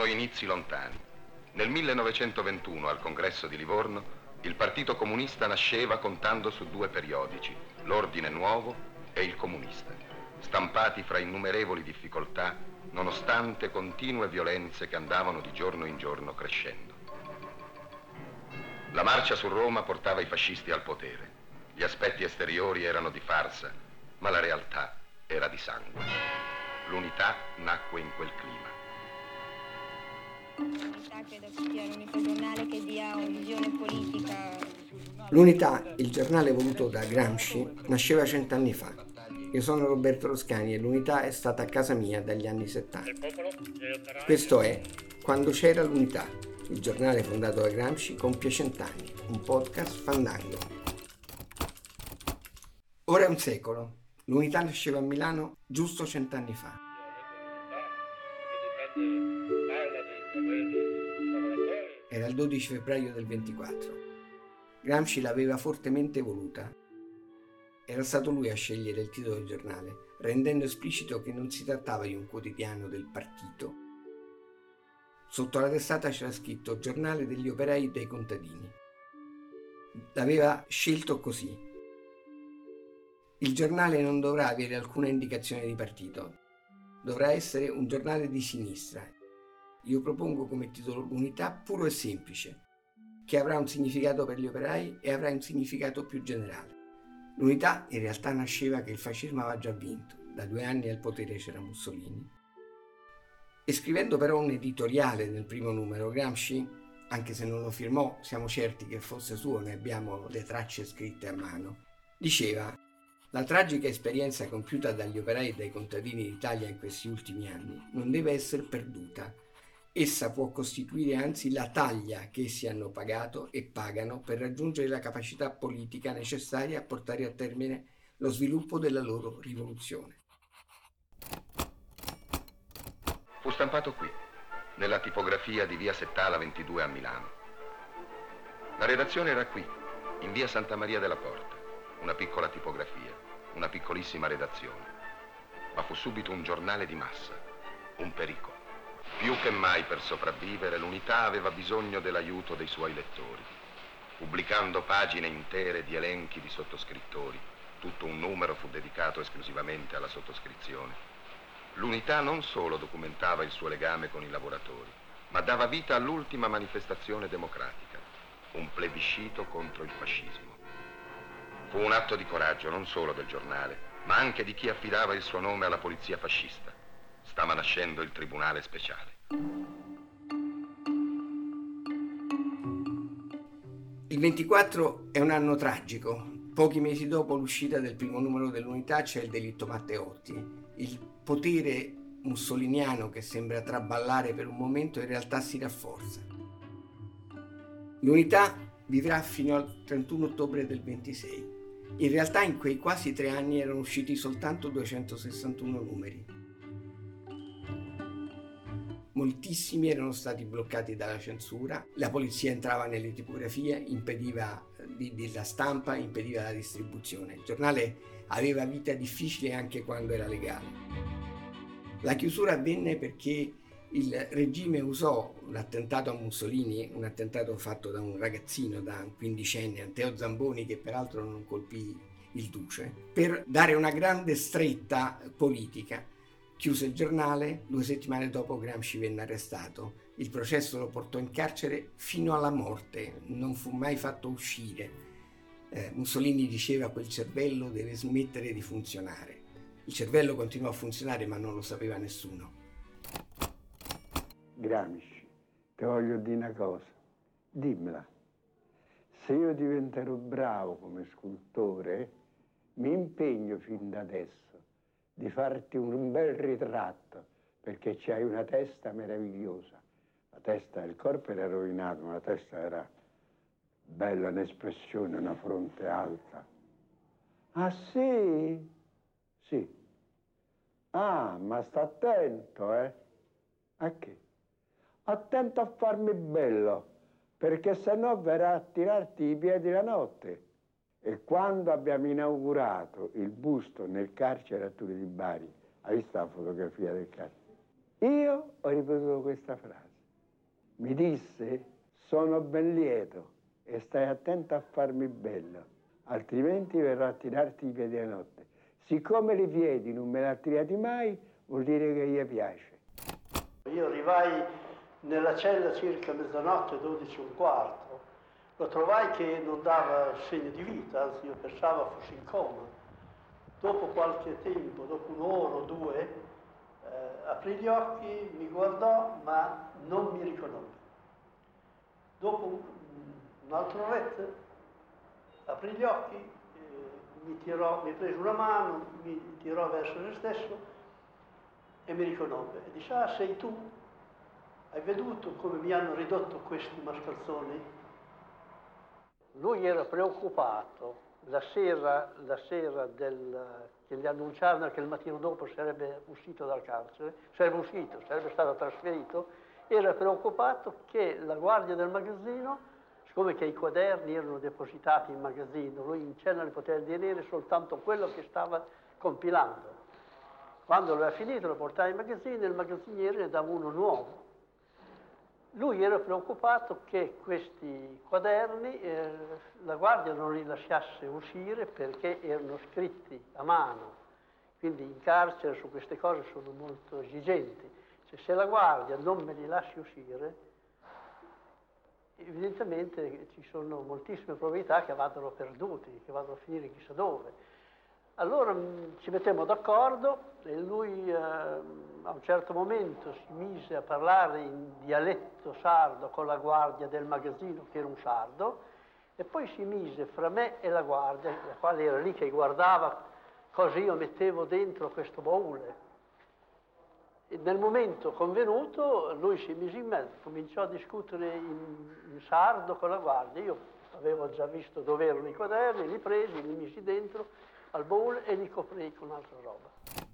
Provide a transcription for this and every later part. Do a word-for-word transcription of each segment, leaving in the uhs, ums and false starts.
Sono inizi lontani. Nel millenovecentoventuno, al congresso di Livorno, il Partito Comunista nasceva contando su due periodici, l'Ordine Nuovo e il Comunista, stampati fra innumerevoli difficoltà, nonostante continue violenze che andavano di giorno in giorno crescendo. La marcia su Roma portava i fascisti al potere. Gli aspetti esteriori erano di farsa, ma la realtà era di sangue. L'unità nacque in quel clima. L'Unità, il giornale voluto da Gramsci, nasceva cent'anni fa. Io sono Roberto Toscani e l'Unità è stata a casa mia dagli anni settanta. Questo è Quando c'era l'Unità, il giornale fondato da Gramsci compie cent'anni, un podcast Fandango. Ora è un secolo. L'Unità nasceva a Milano giusto cent'anni fa. Era il dodici febbraio del ventiquattro. Gramsci l'aveva fortemente voluta. Era stato lui a scegliere il titolo del giornale, rendendo esplicito che non si trattava di un quotidiano del partito. Sotto la testata c'era scritto Giornale degli operai e dei contadini. L'aveva scelto così. Il giornale non dovrà avere alcuna indicazione di partito. Dovrà essere un giornale di sinistra. Io propongo come titolo l'unità puro e semplice, che avrà un significato per gli operai e avrà un significato più generale. L'unità in realtà nasceva che il fascismo aveva già vinto. Da due anni al potere c'era Mussolini. E scrivendo però un editoriale nel primo numero, Gramsci, anche se non lo firmò, siamo certi che fosse suo, ne abbiamo le tracce scritte a mano, diceva: la tragica esperienza compiuta dagli operai e dai contadini d'Italia in questi ultimi anni non deve essere perduta. Essa può costituire anzi la taglia che essi hanno pagato e pagano per raggiungere la capacità politica necessaria a portare a termine lo sviluppo della loro rivoluzione. Fu stampato qui, nella tipografia di via Settala ventidue a Milano. La redazione era qui, in via Santa Maria della Porta, una piccola tipografia, una piccolissima redazione. Ma fu subito un giornale di massa, un pericolo. Più che mai per sopravvivere, l'Unità aveva bisogno dell'aiuto dei suoi lettori. Pubblicando pagine intere di elenchi di sottoscrittori, tutto un numero fu dedicato esclusivamente alla sottoscrizione. L'Unità non solo documentava il suo legame con i lavoratori, ma dava vita all'ultima manifestazione democratica, un plebiscito contro il fascismo. Fu un atto di coraggio non solo del giornale, ma anche di chi affidava il suo nome alla polizia fascista. Stava nascendo il Tribunale Speciale. Il ventiquattro è un anno tragico. Pochi mesi dopo l'uscita del primo numero dell'Unità c'è il delitto Matteotti. Il potere mussoliniano che sembra traballare per un momento in realtà si rafforza. L'Unità vivrà fino al trentuno ottobre del ventisei. In realtà in quei quasi tre anni erano usciti soltanto duecentosessantuno numeri. Moltissimi erano stati bloccati dalla censura, la polizia entrava nelle tipografie, impediva di, di la stampa, impediva la distribuzione. Il giornale aveva vita difficile anche quando era legale. La chiusura avvenne perché il regime usò un attentato a Mussolini, un attentato fatto da un ragazzino, da un quindicenne, Anteo Zamboni, che peraltro non colpì il duce, per dare una grande stretta politica. Chiuse il giornale, due settimane dopo Gramsci venne arrestato. Il processo lo portò in carcere fino alla morte, non fu mai fatto uscire. Eh, Mussolini diceva: quel cervello deve smettere di funzionare. Il cervello continuò a funzionare, ma non lo sapeva nessuno. Gramsci, ti voglio dire una cosa, dimmela. Se io diventerò bravo come scultore, mi impegno fin da adesso di farti un bel ritratto, perché c'hai una testa meravigliosa. La testa, il corpo era rovinato, ma la testa era bella, un'espressione, una fronte alta. Ah sì? Sì. Ah, ma sta attento, eh? A che? Attento a farmi bello, perché sennò verrà a tirarti i piedi la notte. E quando abbiamo inaugurato il busto nel carcere Arturo di Bari, hai visto la fotografia del carcere? Io ho ripetuto questa frase. Mi disse: sono ben lieto e stai attento a farmi bello, altrimenti verrò a tirarti i piedi a notte. Siccome i piedi non me li ha tirati mai, vuol dire che gli piace. Io arrivai nella cella circa mezzanotte, dodici e un quarto. Lo trovai che non dava segno di vita, anzi io pensavo fosse in coma. Dopo qualche tempo, dopo un'ora o due, eh, aprì gli occhi, mi guardò, ma non mi riconobbe. Dopo un, un altro oretta, aprì gli occhi, eh, mi, tirò, mi prese una mano, mi tirò verso se stesso e mi riconobbe. E disse: ah, sei tu? Hai veduto come mi hanno ridotto questi mascalzoni? Lui era preoccupato. La sera, la sera del, che gli annunciarono che il mattino dopo sarebbe uscito dal carcere, sarebbe uscito, sarebbe stato trasferito, era preoccupato che la guardia del magazzino, siccome che i quaderni erano depositati in magazzino, lui in cella ne poteva vedere soltanto quello che stava compilando. Quando aveva finito lo portava in magazzino e il magazziniere ne dava uno nuovo. Lui era preoccupato che questi quaderni eh, la guardia non li lasciasse uscire perché erano scritti a mano. Quindi in carcere su queste cose sono molto esigenti. Cioè, se la guardia non me li lascia uscire, evidentemente ci sono moltissime probabilità che vadano perduti, che vadano a finire chissà dove. Allora mh, ci mettemmo d'accordo e lui eh, a un certo momento si mise a parlare in dialetto sardo con la guardia del magazzino, che era un sardo, e poi si mise fra me e la guardia, la quale era lì che guardava cosa io mettevo dentro questo baule. E nel momento convenuto lui si mise in mezzo, cominciò a discutere in, in sardo con la guardia. Io avevo già visto dove erano i quaderni, li presi, li misi dentro al baule e li coprì con altra roba.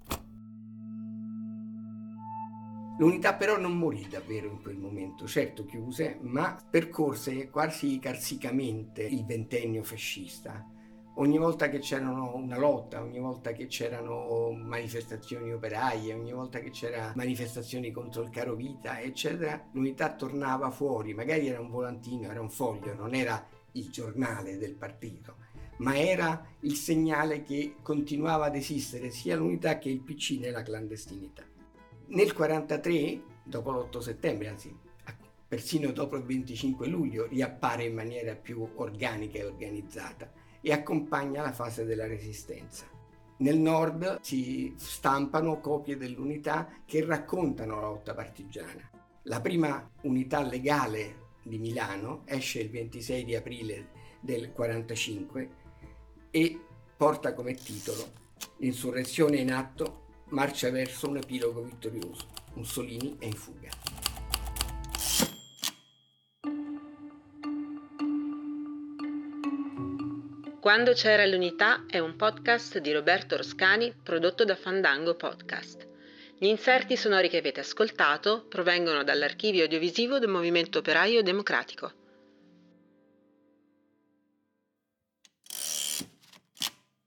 L'unità però non morì davvero in quel momento, certo chiuse, ma percorse quasi carsicamente il ventennio fascista. Ogni volta che c'era una lotta, ogni volta che c'erano manifestazioni operaie, ogni volta che c'era manifestazioni contro il caro vita, eccetera, l'unità tornava fuori, magari era un volantino, era un foglio, non era il giornale del partito, ma era il segnale che continuava ad esistere sia l'unità che il P C nella clandestinità. Nel quarantatré, dopo l'otto settembre, anzi persino dopo il venticinque luglio, riappare in maniera più organica e organizzata e accompagna la fase della resistenza. Nel nord si stampano copie dell'unità che raccontano la lotta partigiana. La prima unità legale di Milano esce il ventisei di aprile del quarantacinque e porta come titolo "L'insurrezione in atto, marcia verso un epilogo vittorioso. Mussolini è in fuga". Quando c'era l'unità è un podcast di Roberto Roscani prodotto da Fandango Podcast. Gli inserti sonori che avete ascoltato provengono dall'archivio audiovisivo del Movimento Operaio Democratico.